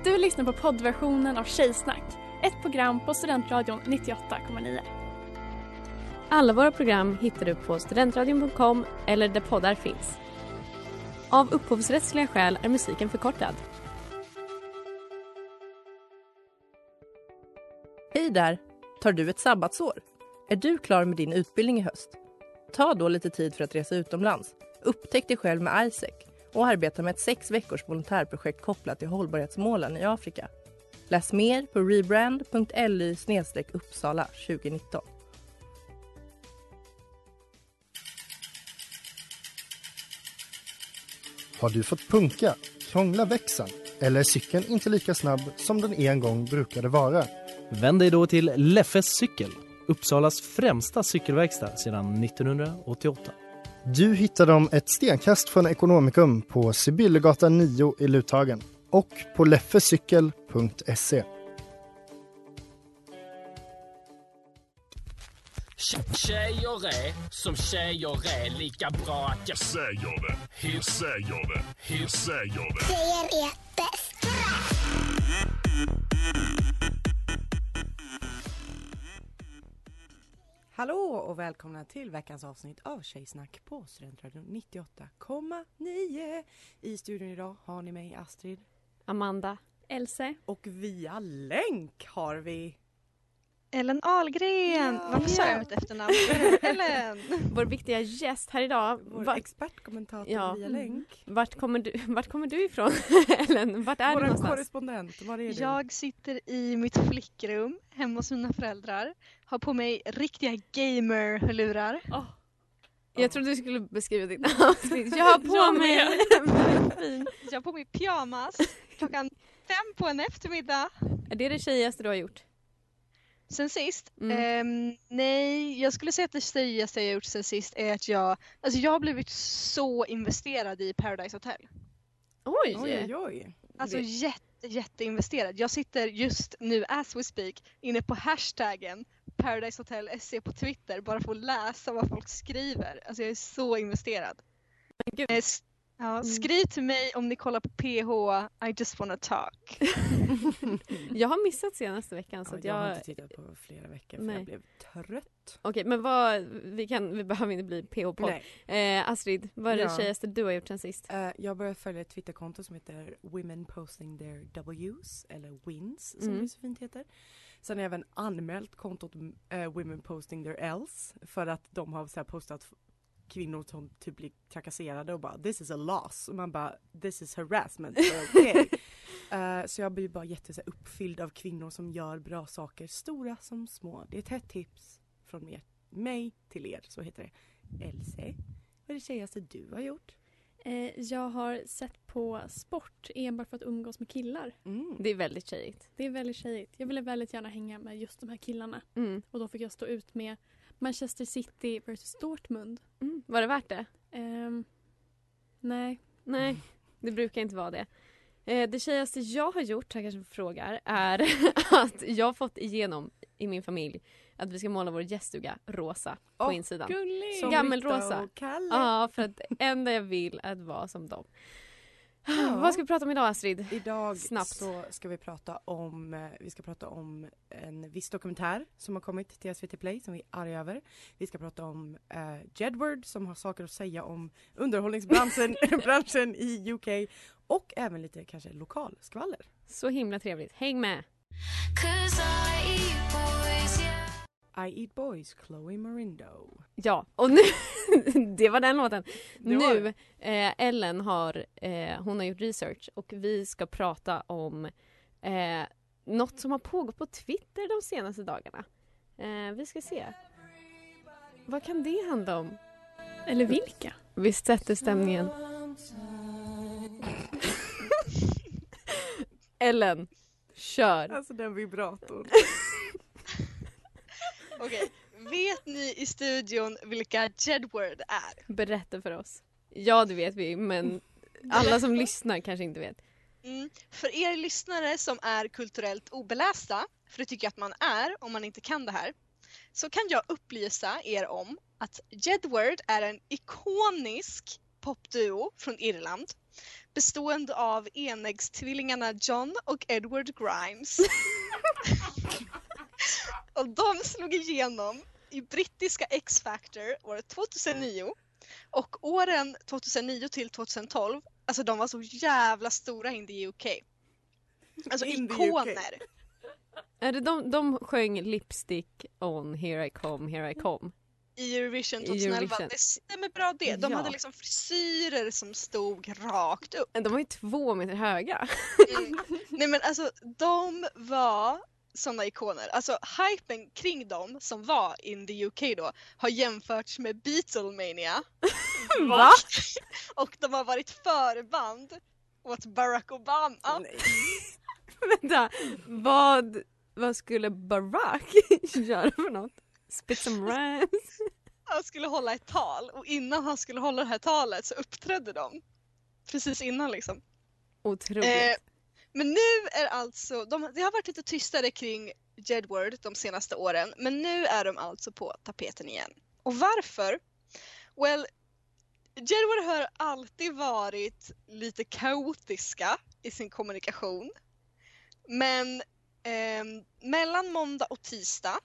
Du lyssnar på poddversionen av Tjejsnack, ett program på Studentradion 98,9. Alla våra program hittar du på studentradion.com eller där poddar finns. Av upphovsrättsliga skäl är musiken förkortad. Hej där! Tar du ett sabbatsår? Är du klar med din utbildning i höst? Ta då lite tid för att resa utomlands. Upptäck dig själv med Isaac och arbeta med ett 6 veckors volontärprojekt kopplat till hållbarhetsmålen i Afrika. Läs mer på rebrand.ly/Uppsala 2019. Har du fått punka, krångla växeln eller är cykeln inte lika snabb som den en gång brukade vara? Vänd dig då till Leffes cykel, Uppsalas främsta cykelverkstad sedan 1988. Du hittar dem ett stenkast från Ekonomikum på Sibyllegatan 9 i Luthagen och på leffecykel.se. Tjejer är som tjejer är, lika bra att jag säger det. Hur säger det? Hur säger det? Tjejer är bäst. Hallå och välkomna till veckans avsnitt av Tjejsnack på Studentradion 98,9. I studion idag har ni mig, Astrid, Amanda, Else och via länk har vi Ellen Ahlgren. Varför sa jag mitt efternamn? Ellen. vår viktiga gäst här idag. vår expertkommentator via länk. Vart kommer du ifrån, Ellen? Vart är du Vår någonstans? korrespondent, var är du? Jag sitter i mitt flickrum hemma hos mina föräldrar. Har på mig riktiga gamer-hörlurar. Jag trodde du skulle beskriva ditt avsnitt. Jag har på mig Jag har på mig pyjamas klockan 5 på en eftermiddag. Är det tjejigaste du har gjort? Sen sist? Nej, jag skulle säga att det tjejigaste jag gjort sen sist är att jag har blivit så investerad i Paradise Hotel. Oj. Alltså jätteinvesterad. Jag sitter just nu, as we speak, inne på hashtaggen Paradise Hotel SC på Twitter bara för att läsa vad folk skriver. Alltså jag är så investerad. Skriv till mig om ni kollar på PH. I just wanna talk. Jag har missat senaste veckan. Så att jag har inte tittat på flera veckor för jag blev trött. Okej, men vi behöver inte bli PH-podd. Astrid, vad är det tjejigaste du har gjort sen sist? Jag började följa ett Twitterkonto som heter Women Posting Their W's, eller Wins som det så fint heter. Sen har jag även anmält kontot Women Posting Their L's för att de har så här postat kvinnor som typ blir trakasserade och bara this is a loss och man bara this is harassment. Okay. Så jag blir bara uppfylld av kvinnor som gör bra saker, stora som små. Det är ett hett tips från mig till er, så heter det. Else, vad är det tjejigaste du har gjort? Jag har sett på sport enbart för att umgås med killar. Det är väldigt tjejigt. Det är väldigt tjejigt. Jag ville väldigt gärna hänga med just de här killarna. Och då fick jag stå ut med Manchester City versus Dortmund. Var det värt det? Nej, det brukar inte vara det. Det tjejigaste jag har gjort, jag kanske frågar, är att jag har fått igenom i min familj att vi ska måla vår gäststuga rosa på insidan. Gullig! Gammelrosa. Ja, för att det enda jag vill är att vara som dem. Vad ska vi prata om idag, Astrid? Idag snabbt så ska vi prata om en viss dokumentär som har kommit till SVT Play som vi är arga över. Vi ska prata om Jedward som har saker att säga om underhållningsbranschen i UK och även lite kanske lokalskvaller. Så himla trevligt. Häng med! I Eat Boys, Chloe Morindo. Ja, och nu det var den låten. Nu Ellen hon har gjort research och vi ska prata om något som har pågått på Twitter de senaste dagarna. Vi ska se. Vad kan det handla om? Eller vilka? Vi sätter stämningen. Ellen, kör. Alltså den vibratorn. Okej, vet ni i studion vilka Jedward är? Berätta för oss. Ja, det vet vi, men alla som lyssnar kanske inte vet. För er lyssnare som är kulturellt obelästa, för det tycker jag att man är om man inte kan det här, så kan jag upplysa er om att Jedward är en ikonisk popduo från Irland bestående av enäggstvillingarna John och Edward Grimes. Och de slog igenom i brittiska X-Factor året 2009 och åren 2009 till 2012, alltså de var så jävla stora in the UK. Alltså ikoner. Är det de sjöng Lipstick on Here I Come? I Eurovision 2011. Det stämmer bra det. De hade liksom frisyrer som stod rakt upp. De var ju 2 meter höga. Nej men alltså de var såna ikoner. Alltså hypen kring dem som var in the UK då har jämförts med Beatlemania. Va? Och de har varit förband åt Barack Obama. Vänta, vad skulle Barack göra för något? Spit some rhymes. Han skulle hålla ett tal och innan han skulle hålla det här talet så uppträdde de. Precis innan liksom. Otroligt. Men nu är alltså, det har varit lite tystare kring Jedward de senaste åren, men nu är de alltså på tapeten igen. Och varför? Well, Jedward har alltid varit lite kaotiska i sin kommunikation. Men mellan måndag och tisdag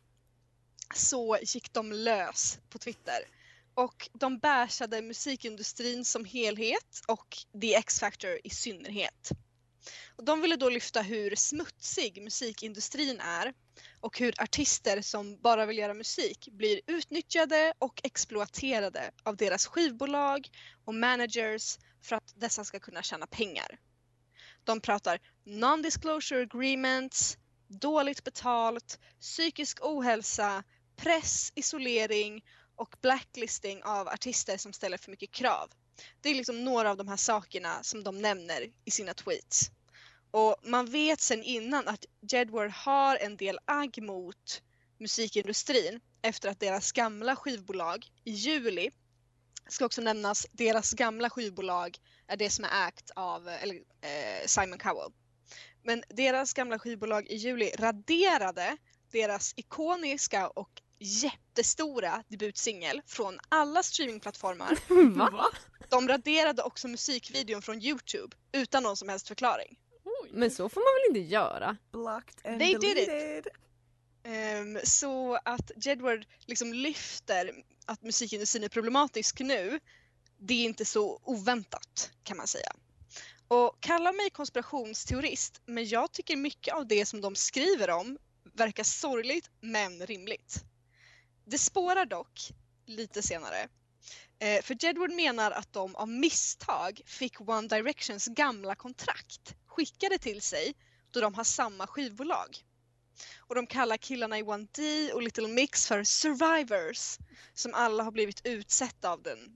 så gick de lös på Twitter. Och de bashade musikindustrin som helhet och The X-Factor i synnerhet. Och de ville då lyfta hur smutsig musikindustrin är och hur artister som bara vill göra musik blir utnyttjade och exploaterade av deras skivbolag och managers för att dessa ska kunna tjäna pengar. De pratar non-disclosure agreements, dåligt betalt, psykisk ohälsa, press, isolering och blacklisting av artister som ställer för mycket krav. Det är liksom några av de här sakerna som de nämner i sina tweets. Och man vet sedan innan att Jedward har en del agg mot musikindustrin efter att deras gamla skivbolag i juli, ska också nämnas, deras gamla skivbolag är det som är ägt av Simon Cowell. Men deras gamla skivbolag i juli raderade deras ikoniska och jättestora debutsingel från alla streamingplattformar. Va? De raderade också musikvideon från YouTube utan någon som helst förklaring. Men så får man väl inte göra? Blocked and They deleted. did it. Så att Jedward liksom lyfter att musikindustrin är problematisk nu, det är inte så oväntat kan man säga. Och kalla mig konspirationsteorist, men jag tycker mycket av det som de skriver om verkar sorgligt men rimligt. Det spårar dock lite senare. För Jedward menar att de av misstag fick One Directions gamla kontrakt skickade till sig då de har samma skivbolag. Och de kallar killarna i 1D och Little Mix för survivors som alla har blivit utsatta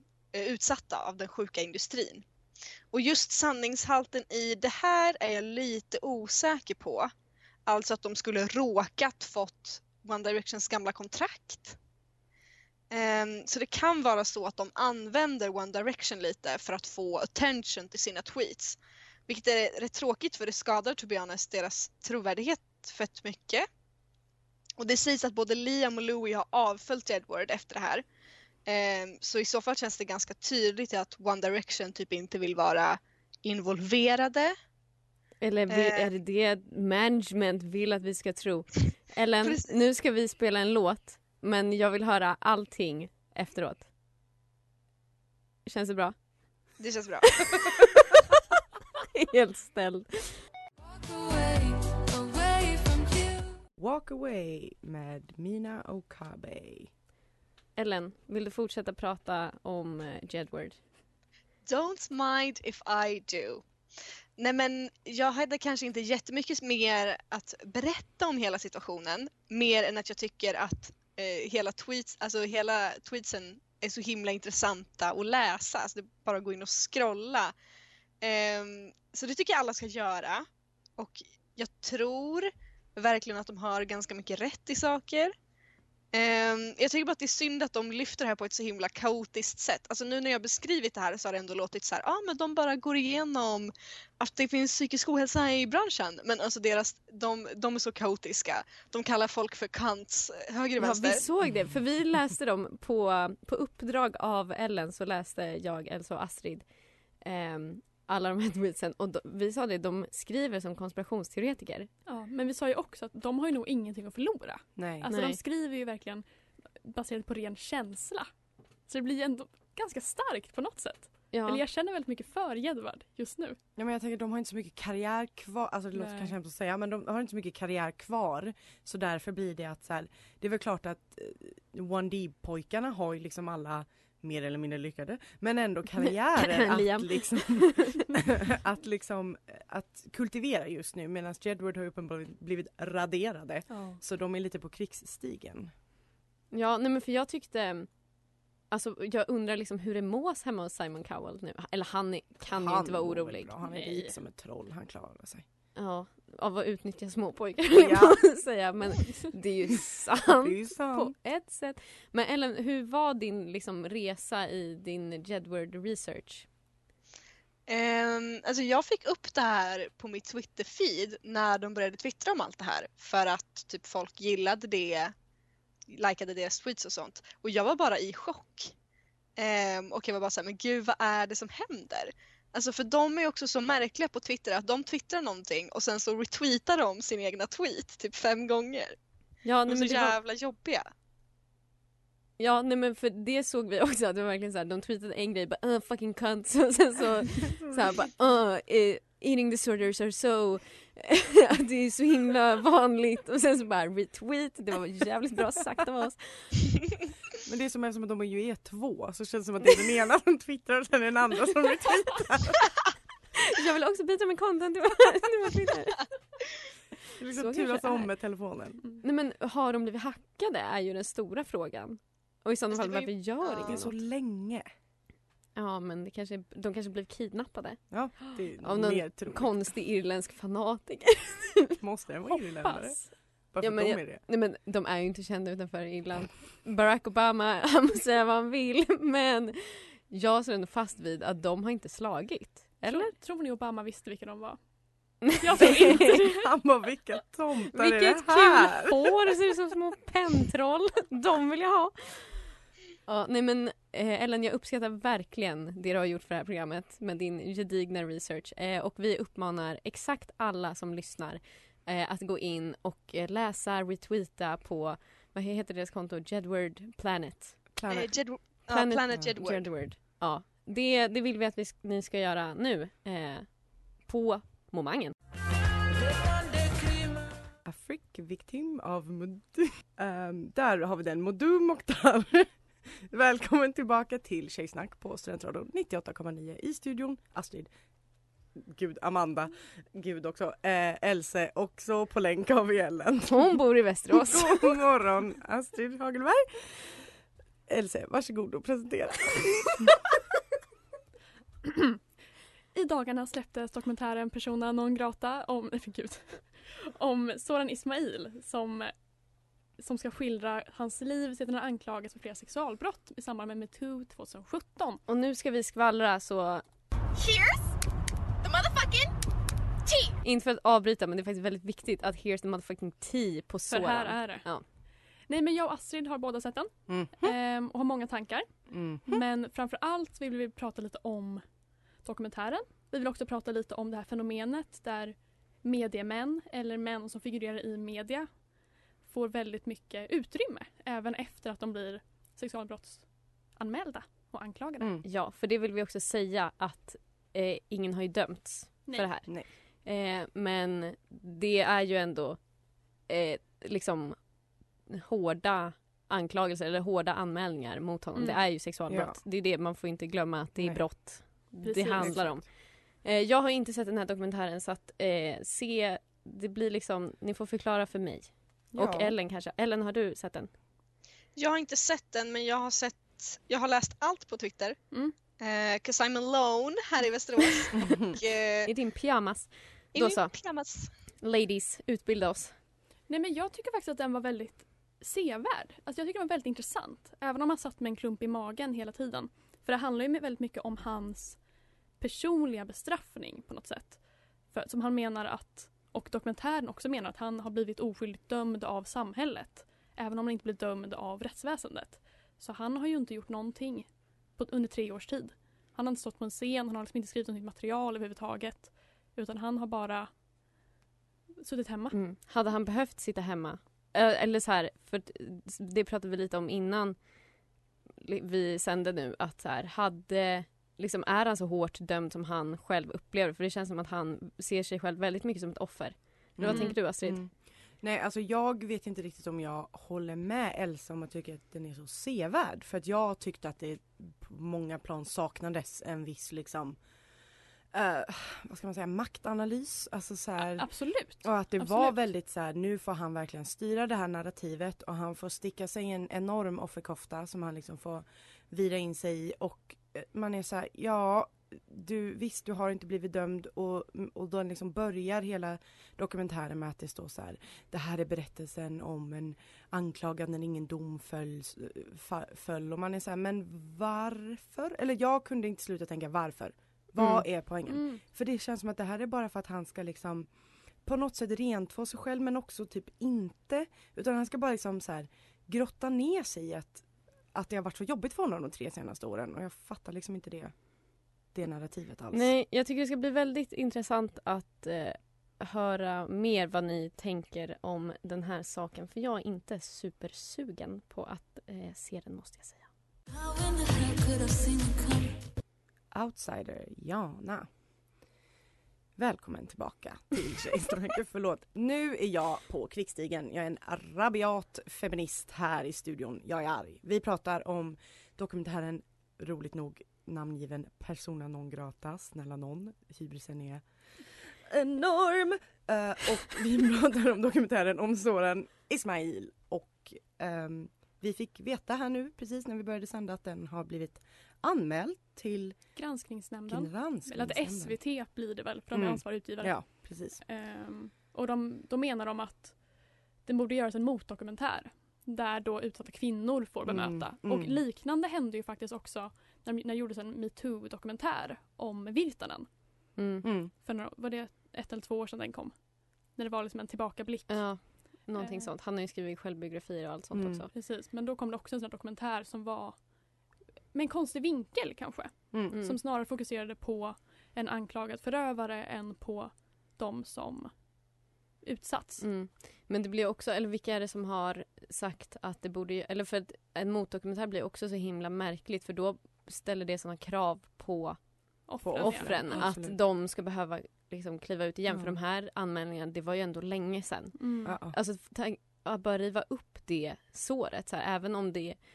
av den sjuka industrin. Och just sanningshalten i det här är jag lite osäker på. Alltså att de skulle råkat fått One Directions gamla kontrakt. Så det kan vara så att de använder One Direction lite för att få attention till sina tweets. Vilket är rätt tråkigt för det skadar, to be honest, deras trovärdighet fett mycket. Och det sägs att både Liam och Louis har avföljt Jedward efter det här. Så i så fall känns det ganska tydligt att One Direction typ inte vill vara involverade. Eller är det management vill att vi ska tro? Eller nu ska vi spela en låt, men jag vill höra allting efteråt. Känns det bra? Det känns bra. Helt ställd. Walk Away med Mina Okabe. Ellen, vill du fortsätta prata om Jedward? Don't mind if I do. Nej men jag hade kanske inte jättemycket mer att berätta om hela situationen. Mer än att jag tycker att hela tweetsen är så himla intressanta att läsa. Alltså det är bara att gå in och scrolla. Så det tycker jag alla ska göra. Och jag tror verkligen att de har ganska mycket rätt i saker. Jag tycker bara att det är synd att de lyfter det här på ett så himla kaotiskt sätt. Alltså nu när jag beskrivit det här så har det ändå låtit så här, men de bara går igenom att det finns psykisk ohälsa i branschen. Men alltså de är så kaotiska. De kallar folk för kants höger och vänster. Ja, vi såg det, för vi läste dem på uppdrag av Ellen, så läste jag, Elsa och Astrid alla de här tweetsen. Och vi sa det, de skriver som konspirationsteoretiker. Ja, men vi sa ju också att de har ju nog ingenting att förlora. Nej. Alltså Nej. de skriver ju verkligen baserat på ren känsla. Så det blir ju ändå ganska starkt på något sätt. Ja. Eller jag känner väldigt mycket för Jedward just nu. Ja, men jag tänker de har inte så mycket karriär kvar. Alltså det låter Nej. kanske hemskt att säga, men de har inte så mycket karriär kvar. Så därför blir det att så här, det är väl klart att 1D-pojkarna har ju liksom alla mer eller mindre lyckade, men ändå karriärer att kultivera just nu, medan Jedward har uppenbarligen blivit raderade. Ja. Så de är lite på krigsstigen. Ja, nej men för jag tyckte... Alltså jag undrar liksom hur det mås hemma hos Simon Cowell nu. Eller han kan ju inte vara mår väl orolig. bra. Han är Nej. lik som ett troll, han klarar sig. Ja, av att utnyttja småpojkar Ja. ja. säga. Men det är ju sant Det är ju sant. på ett sätt. Men Ellen, hur var din liksom, resa i din Jedward research? Alltså jag fick upp det här på mitt Twitter-feed när de började twittra om allt det här. För att typ folk gillade det, likade deras tweets och sånt. Och jag var bara i chock. Och jag var bara så här, men gud, vad är det som händer? Alltså för de är också så märkliga på Twitter att de twittrar någonting och sen så retweetar de sin egna tweet typ 5 gånger. Ja, De är så jävla jobbiga. Ja, nej men för det såg vi också att det var verkligen så här, de tweetade en grej bara fucking cunt och sen så här bara eating disorders are so att det är så himla vanligt och sen så bara retweet, det var jävligt bra sagt av oss. Men det är som eftersom att de ju är 2, så känns det som att det är den ena som twittrar och sen den andra som retweetar. Jag vill också byta med content. Det var Twitter. Det är liksom Så turas kanske om är. med telefonen. Nej men har de blivit hackade är ju den stora frågan. Och i sådana fall det var ju- varför gör Det är ingen så något? länge. Ja men de kanske blev kidnappade Ja, det är av mer någon troligt. konstig irländsk fanatiker. Måste den vara irländare? Hoppas. Varför Ja, men de jag- är det? Nej men de är ju inte kända utanför Irland. Barack Obama, han må säga vad han vill, men jag står ändå fast vid att de har inte slagit. Eller? Tror ni Obama visste vilka de var? Jag tror inte det. Han bara, vilka tomtar är Vilket det här? kul hår, det ser ut som små pentroll. De vill jag ha. Ja, nej men Ellen, jag uppskattar verkligen det du har gjort för det här programmet med din gedigna research. Och vi uppmanar exakt alla som lyssnar att gå in och läsa, retweeta på, vad heter deras konto? Jedward Planet. Planet. Planet Jedward. Jedward. Ja, det vill vi att ni ska göra nu på momangen. Afrik, victim av där har vi den, Modu Mokhtar. Välkommen tillbaka till Tjejsnack på Studentradion 98,9 i studion. Astrid, gud, Amanda, gud också, Else, också på länk av Ellen. Hon bor i Västerås. God morgon, Astrid Hagelberg. Else, varsågod och presentera. I dagarna släpptes dokumentären Persona non grata om Soran Ismail som ska skildra hans liv sedan han anklagats för flera sexualbrott i samband med MeToo 2017. Och nu ska vi skvallra så... Here's the motherfucking tea! Inte för att avbryta, men det är faktiskt väldigt viktigt att here's the motherfucking tea på För Soran. här är det. Ja. Nej, men jag och Astrid har båda sett den och har många tankar. Men framför allt vill vi prata lite om dokumentären. Vi vill också prata lite om det här fenomenet där mediemän eller män som figurerar i media får väldigt mycket utrymme även efter att de blir sexualbrottsanmälda och anklagade. Ja, för det vill vi också säga att ingen har ju dömts för det här. Nej. Men det är ju ändå liksom hårda anklagelser eller hårda anmälningar mot honom. Det är ju sexualbrott. Ja. Det är det, man får inte glömma att det är Nej. brott det Precis. handlar om. Jag har inte sett den här dokumentären så att det blir liksom, ni får förklara för mig. Och Ellen kanske. Ellen, har du sett den? Jag har inte sett den, men jag har läst allt på Twitter. 'Cause I'm alone här i Västerås. Och, I din pyjamas. i Då min så. pyjamas. Ladies, utbilda oss. Nej, men jag tycker faktiskt att den var väldigt sevärd. Alltså jag tycker den var väldigt intressant. Även om man satt med en klump i magen hela tiden. För det handlar ju väldigt mycket om hans personliga bestraffning på något sätt. Som han menar att, och dokumentären också menar att han har blivit oskyldigt dömd av samhället. Även om han inte blir dömd av rättsväsendet. Så han har ju inte gjort någonting under 3 års tid. Han har inte stått på en scen, han har liksom inte skrivit något material överhuvudtaget. Utan han har bara suttit hemma. Hade han behövt sitta hemma? Eller så här, för det pratade vi lite om innan vi sände nu, att så här, liksom, är han så hårt dömd som han själv upplever? För det känns som att han ser sig själv väldigt mycket som ett offer. Vad tänker du, Astrid? Nej, alltså jag vet inte riktigt om jag håller med Elsa om att tycka att den är så sevärd. För att jag tyckte att det på många plan saknades en viss liksom vad ska man säga, maktanalys. Alltså så här, absolut. Och att det absolut. var väldigt så här, nu får han verkligen styra det här narrativet och han får sticka sig i en enorm offerkofta som han liksom får vira in sig i. Och man är så här, ja, visst, du har inte blivit dömd, och då liksom börjar hela dokumentären med att det står så här: det här är berättelsen om en anklagad när ingen dom föll, och man är så här, men varför? Eller jag kunde inte sluta tänka varför. Vad är poängen? För det känns som att det här är bara för att han ska liksom på något sätt rentvå sig själv, men också typ inte, utan han ska bara liksom så här grotta ner sig i att det har varit så jobbigt för honom de 3 senaste åren, och jag fattar liksom inte det narrativet alls. Nej, jag tycker det ska bli väldigt intressant att höra mer vad ni tänker om den här saken. För jag är inte supersugen på att se den, måste jag säga. Outsider, Jana. Välkommen tillbaka till Tjejstråket. Förlåt. Nu är jag på krigsstigen. Jag är en rabiat feminist här i studion. Jag är arg. Vi pratar om dokumentären, roligt nog namngiven Persona non grata, snälla någon. Hybrisen är enorm. Och vi pratar om dokumentären om Zoran Ismail. Och vi fick veta här nu, precis när vi började sända, att den har blivit anmäld till Granskningsnämnden. Eller att SVT blir det väl, för de är ansvarig utgivare. Ja, precis. Och de menar om att det borde göras en motdokumentär där då utsatta kvinnor får bemöta. Och liknande hände ju faktiskt också när det gjordes en MeToo-dokumentär om Virtanen. För var det 1 eller 2 år sedan den kom? När det var liksom en tillbakablick. Ja, någonting sånt. Han har ju skrivit självbiografier och allt sånt också. Precis, men då kom det också en sån här dokumentär som var med en konstig vinkel kanske. Som snarare fokuserade på en anklagad förövare än på de som utsatts. Men det blir också, eller vilka är det som har sagt att det borde, eller för att en motdokumentär blir också så himla märkligt, för då ställer det sådana krav på offren att de ska behöva liksom kliva ut igen, för de här anmälningarna, det var ju ändå länge sedan. Alltså att bara riva upp det såret så här, även om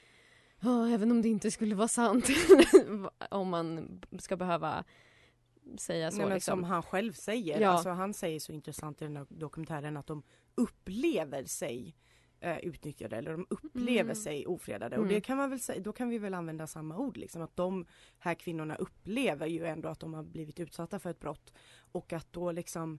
det inte skulle vara sant om man ska behöva säga så. Nej, men liksom. som han själv säger, alltså han säger så intressant i den här dokumentären att de upplever sig utnyttjade, eller de upplever sig ofredade, och det kan man väl säga, då kan vi väl använda samma ord liksom, att de här kvinnorna upplever ju ändå att de har blivit utsatta för ett brott, och att då liksom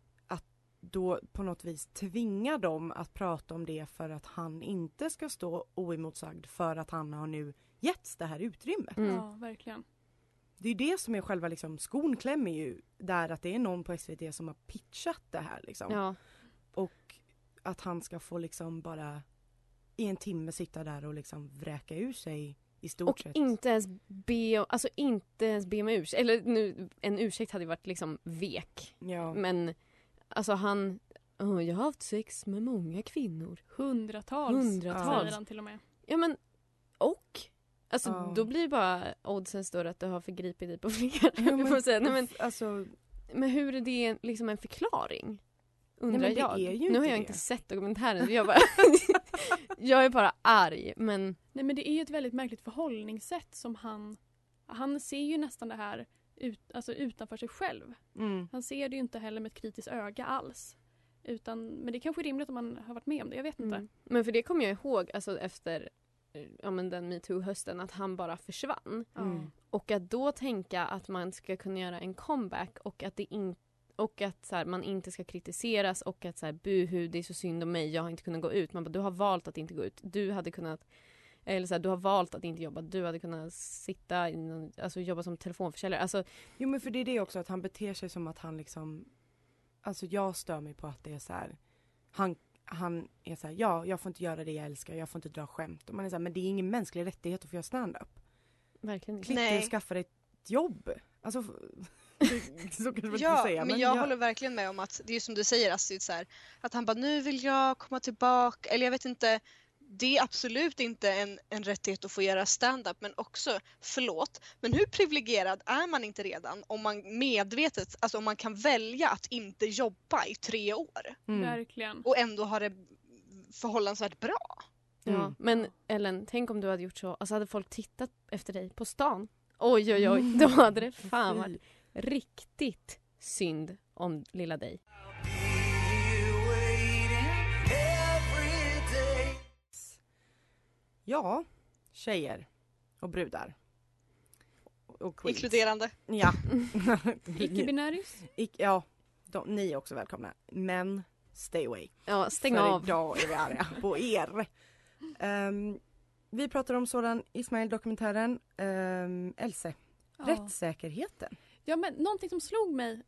då på något vis tvinga dem att prata om det för att han inte ska stå oemotsagd, för att han har nu getts det här utrymmet. Ja, verkligen. Det är ju det som är själva liksom, skon klämmer ju där, att det är någon på SVT som har pitchat det här liksom. Ja. Och att han ska få liksom bara i en timme sitta där och liksom vräka ur sig i stort sett. Och inte ens be om ursäkt. Eller nu, en ursäkt hade ju varit liksom vek. Ja. Men alltså jag har haft sex med många kvinnor. Hundratals. Säger han till och med. Ja, men då blir bara oddsen större att du har förgripit dig på fler. Men hur är det liksom en förklaring? Undrar jag. Nu har jag inte sett dokumentären. Jag är bara arg. Men... Nej, men det är ju ett väldigt märkligt förhållningssätt som han ser ju nästan det här utanför sig själv. Han ser det ju inte heller med ett kritiskt öga alls. Men det är kanske rimligt om man har varit med om det, jag vet inte. Men för det kommer jag ihåg efter den MeToo-hösten, att han bara försvann. Och att då tänka att man ska kunna göra en comeback, och att så här, man inte ska kritiseras, och att så här, buhu, det är så synd om mig, jag har inte kunnat gå ut. Man bara, du har valt att inte gå ut. Du hade kunnat, eller så här, du har valt att inte jobba. Du hade kunnat sitta jobba som telefonförsäljare. Alltså, jo, men för det är det också, att han beter sig som att han liksom, alltså jag stör mig på att det är så här, han är så här, jag får inte göra det jag älskar, jag får inte dra skämt. Och man är så här, men det är ingen mänsklig rättighet att få göra stand-up. Verkligen inte. Klipp dig och skaffa dig jobb. Alltså, så kanske man Ja, inte säga. men jag håller verkligen med om att det är som du säger Astrid, så här, att han bara nu vill jag komma tillbaka, eller jag vet inte, det är absolut inte en rättighet att få göra stand-up, men också, förlåt, men hur privilegierad är man inte redan om man medvetet, alltså om man kan välja att inte jobba i 3 år Verkligen. och ändå ha det förhållansvärt bra. Ja, men Ellen, tänk om du hade gjort så, alltså hade folk tittat efter dig på stan. Oj, då hade det fan varit riktigt synd om lilla dig. Ja, tjejer och brudar. Och queens. Inkluderande. Ja. Icke-binäris. Ja, ni är också välkomna. Men stay away. Ja, stäng För av. idag är vi arga på er. Vi pratar om sådan Ismail-dokumentären. Else, rättssäkerheten. Ja, men någonting som slog mig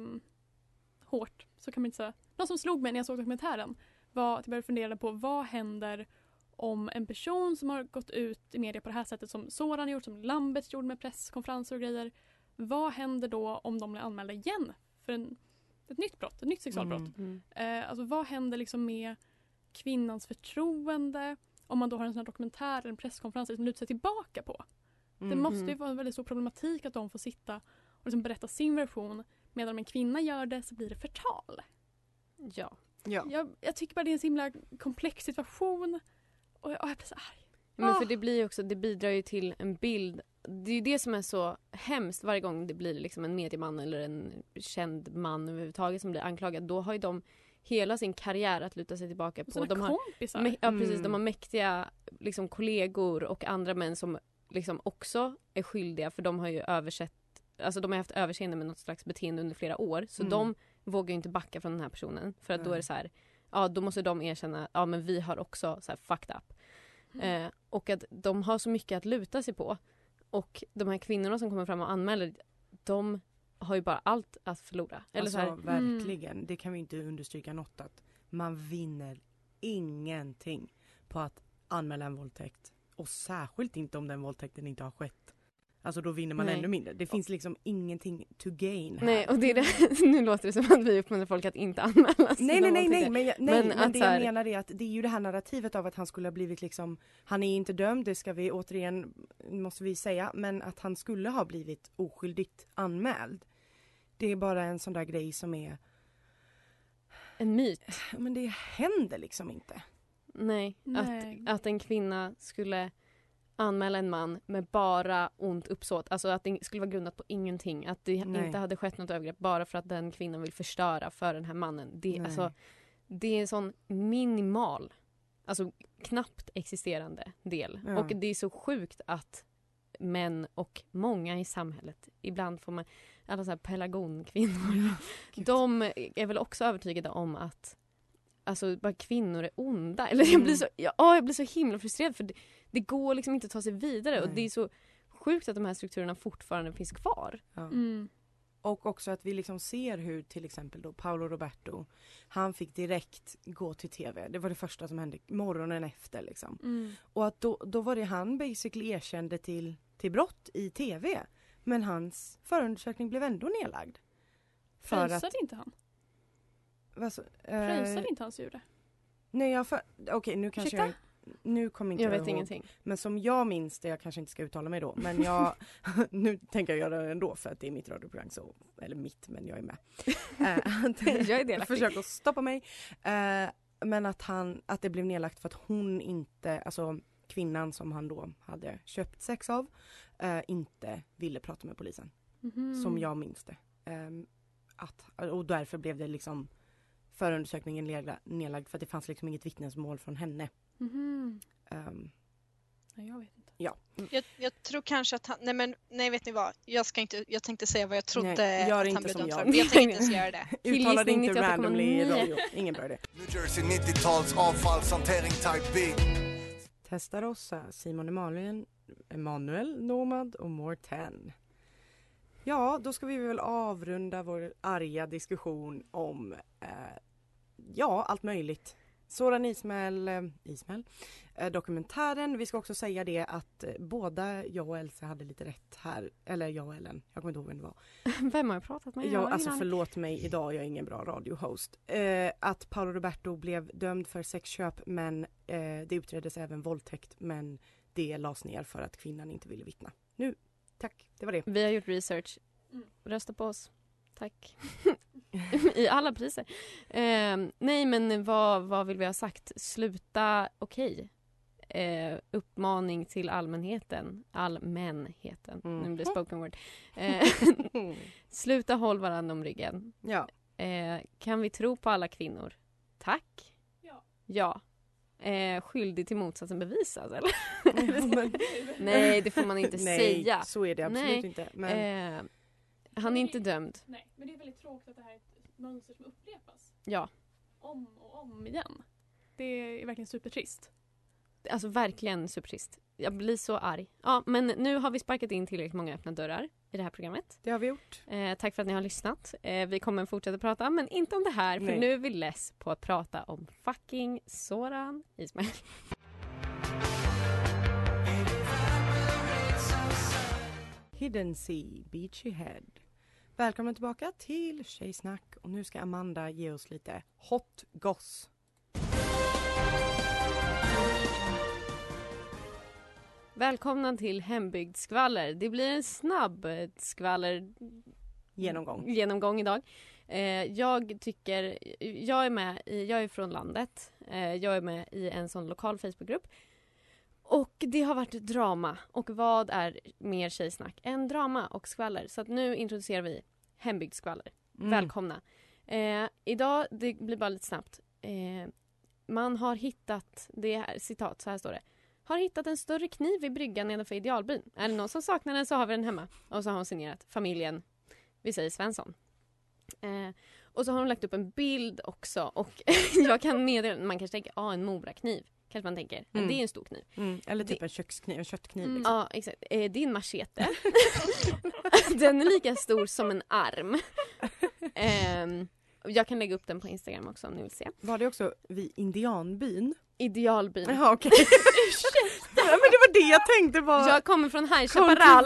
hårt, så kan man inte säga. Något som slog mig när jag såg dokumentären var att jag började fundera på vad händer om en person som har gått ut i media på det här sättet som Soran gjort, som Lambert gjorde med presskonferenser och grejer. Vad händer då om de blir anmälda igen för ett nytt brott, ett nytt sexualbrott? Alltså vad händer liksom med kvinnans förtroende om man då har en sån här dokumentär eller en presskonferens som lutar sig tillbaka på? Det måste ju vara en väldigt stor problematik att de får sitta och liksom berätta sin version, medan om en kvinna gör det så blir det förtal. Ja. Jag tycker bara det är en så himla komplex situation och jag blir så arg. Men för det blir ju också, det bidrar ju till en bild. Det är ju det som är så hemskt varje gång det blir liksom en medieman eller en känd man överhuvudtaget som blir anklagad. Då har ju de hela sin karriär att luta sig tillbaka på. De har kompisar. Ja, precis. De har mäktiga liksom, kollegor och andra män som liksom också är skyldiga, för de har ju de har haft överseende med något slags beteende under flera år, så de vågar ju inte backa från den här personen, för att då är det så här, ja då måste de erkänna, ja men vi har också så här fucked up. Och att de har så mycket att luta sig på, och de här kvinnorna som kommer fram och anmäler, de har ju bara allt att förlora. Eller Alltså så här, verkligen, det kan vi inte understryka något, att man vinner ingenting på att anmäla en våldtäkt. Och särskilt inte om den våldtäkten inte har skett. Alltså då vinner man ännu mindre. Det finns liksom ingenting to gain här. Nej, och det är det. Nu låter det som att vi uppmanar folk att inte anmäla. Nej, men det jag menar är att det är ju det här narrativet av att han skulle ha blivit liksom, han är inte dömd, det ska vi återigen, måste vi säga, men att han skulle ha blivit oskyldigt anmäld. Det är bara en sån där grej som är en myt. Men det händer liksom inte. Nej. Att en kvinna skulle anmäla en man med bara ont uppsåt. Alltså att det skulle vara grundat på ingenting. Att det inte hade skett något övergrepp bara för att den kvinnan vill förstöra för den här mannen. Det är en sån minimal, alltså knappt existerande del. Ja. Och det är så sjukt att män och många i samhället, ibland får man alla så här pelargonkvinnor, de är väl också övertygade om att alltså bara kvinnor är onda. Eller jag blir så himla frustrerad, för det går liksom inte att ta sig vidare. Nej. Och det är så sjukt att de här strukturerna fortfarande finns kvar. Ja. Och också att vi liksom ser hur till exempel då Paolo Roberto, han fick direkt gå till tv. Det var det första som hände morgonen efter liksom. Och att då var det han basically erkände till brott i tv. Men hans förundersökning blev ändå nedlagd. Pröjsade inte han? Pröjsade inte hans djur? Nej, okej, nu kanske nu kommer inte jag vet ihåg. Ingenting. Men som jag minns det, jag kanske inte ska uttala mig då, men nu tänker jag göra det ändå för att det är mitt radioprogram, så, eller men jag är med. Jag är delaktig. Försök att stoppa mig. Men att det blev nedlagt för att hon inte, alltså kvinnan som han då hade köpt sex av, inte ville prata med polisen. Som jag minns det. Och därför blev det liksom förundersökningen nedlagd, för att det fanns liksom inget vittnesmål från henne. Jag vet inte. Ja. Jag tror kanske att han, nej vet ni vad, jag tänkte säga vad jag trodde att han blev dömd för, men jag tänkte inte ens göra det. Uttala det inte randomly i radio, ingen bör det. New Jersey 90-tals avfallshantering type B. Testarossa, Simon Emanuel, Nomad och Morten. Ja, då ska vi väl avrunda vår arga diskussion om allt möjligt. Soran Ismail dokumentären. Vi ska också säga det att båda jag och Elsa hade lite rätt här. Eller jag och Ellen, jag kommer inte ihåg vem det var. Vem har jag pratat med? Alltså förlåt mig, idag jag är ingen bra radiohost. Att Paolo Roberto blev dömd för sexköp, men det utreddes även våldtäkt, men det lades ner för att kvinnan inte ville vittna. Nu, tack, det var det. Vi har gjort research. Rösta på oss. Tack. I alla priser. Nej, men vad vill vi ha sagt? Sluta, okej. Uppmaning till allmänheten. Nu blir spoken word. Sluta håll varandra om ryggen. Ja. Kan vi tro på alla kvinnor? Tack. Ja. Skyldig till motsatsen bevisas, eller? Nej, det får man inte säga. Nej, så är det absolut inte. Men... han är inte dömd. Nej, men det är väldigt tråkigt att det här är ett mönster som upprepas. Ja. Om och om igen. Det är verkligen supertrist. Alltså verkligen supertrist. Jag blir så arg. Ja, men nu har vi sparkat in tillräckligt många öppna dörrar i det här programmet. Det har vi gjort. Tack för att ni har lyssnat. Vi kommer fortsätta prata, men inte om det här. För nu är vi less på att prata om fucking Soran Ismail. Hidden Sea, Beachy Head. Välkommen tillbaka till Tjejsnack. Och nu ska Amanda ge oss lite hot goss. Välkomna till Hembygdsskvaller. Det blir en snabb skvaller genomgång idag. Jag är från landet. Jag är med i en sån lokal Facebookgrupp. Och det har varit drama. Och vad är mer tjejsnack än drama och skvaller? Så att nu introducerar vi Hembygdsskvaller. Välkomna. Idag, det blir bara lite snabbt. Man har hittat, det här citat, så här står det. Har hittat en större kniv i bryggan nedanför Idealbyn. Är det någon som saknar den så har vi den hemma. Och så har hon signerat familjen, vi säger Svensson. Och så har hon lagt upp en bild också. Och jag kan meddela, man kanske tänker, en morakniv. Kanske man tänker, men det är en stor kniv. Eller typ en kökskniv, en köttkniv. Liksom. Ja, exakt. Det är en machete. Den är lika stor som en arm. Jag kan lägga upp den på Instagram också om ni vill se. Var det också vid Indianbyn? Idealbyn. Jaha, okej. Men det var det jag tänkte på. Jag kommer från High Chaparral.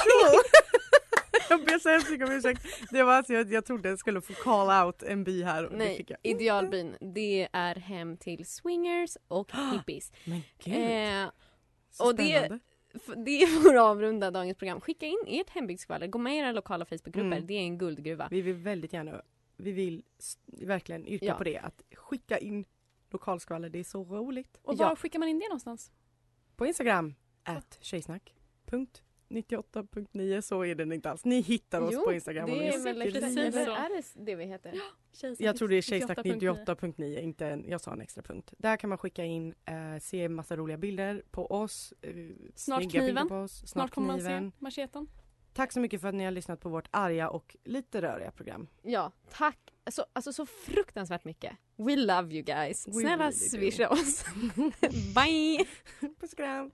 Jag ber så hemskt mycket om ursäkt. Det var alltså, jag trodde jag skulle få call out en by här. Och nej, det fick jag. Idealbyn. Det är hem till swingers och hippies. Men gud. Och det får avrunda dagens program. Skicka in ert hembygdsskvaller. Gå med i era lokala Facebookgrupper. Det är en guldgruva. Vi vill verkligen yrka på det. Att skicka in lokalskvaller. Det är så roligt. Och var skickar man in det någonstans? På Instagram. @tjejsnack.98.9. Så är den inte alls. Ni hittar oss på Instagram. Det är väl precis så. Är det vi heter? Ja, jag tror det är Tjejsnack 98.9. Inte jag sa en extra punkt. Där kan man skicka in, se massa roliga bilder på oss. Snart kniven. På oss. Snart kommer man se macheten. Tack så mycket för att ni har lyssnat på vårt arga och lite röriga program. Ja, tack. Alltså så fruktansvärt mycket. We love you guys. Snälla really swisha oss. Bye! Puss och kram.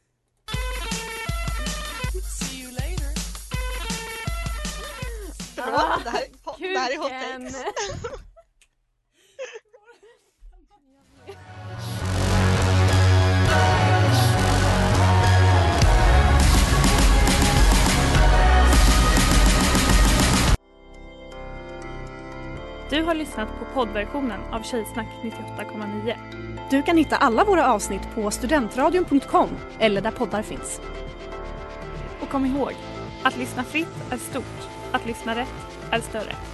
See you later. Det här är hot takes. Du har lyssnat på poddversionen av Tjejsnack 98,9. Du kan hitta alla våra avsnitt på studentradion.com eller där poddar finns. Och kom ihåg, att lyssna fritt är stort, att lyssna rätt är större.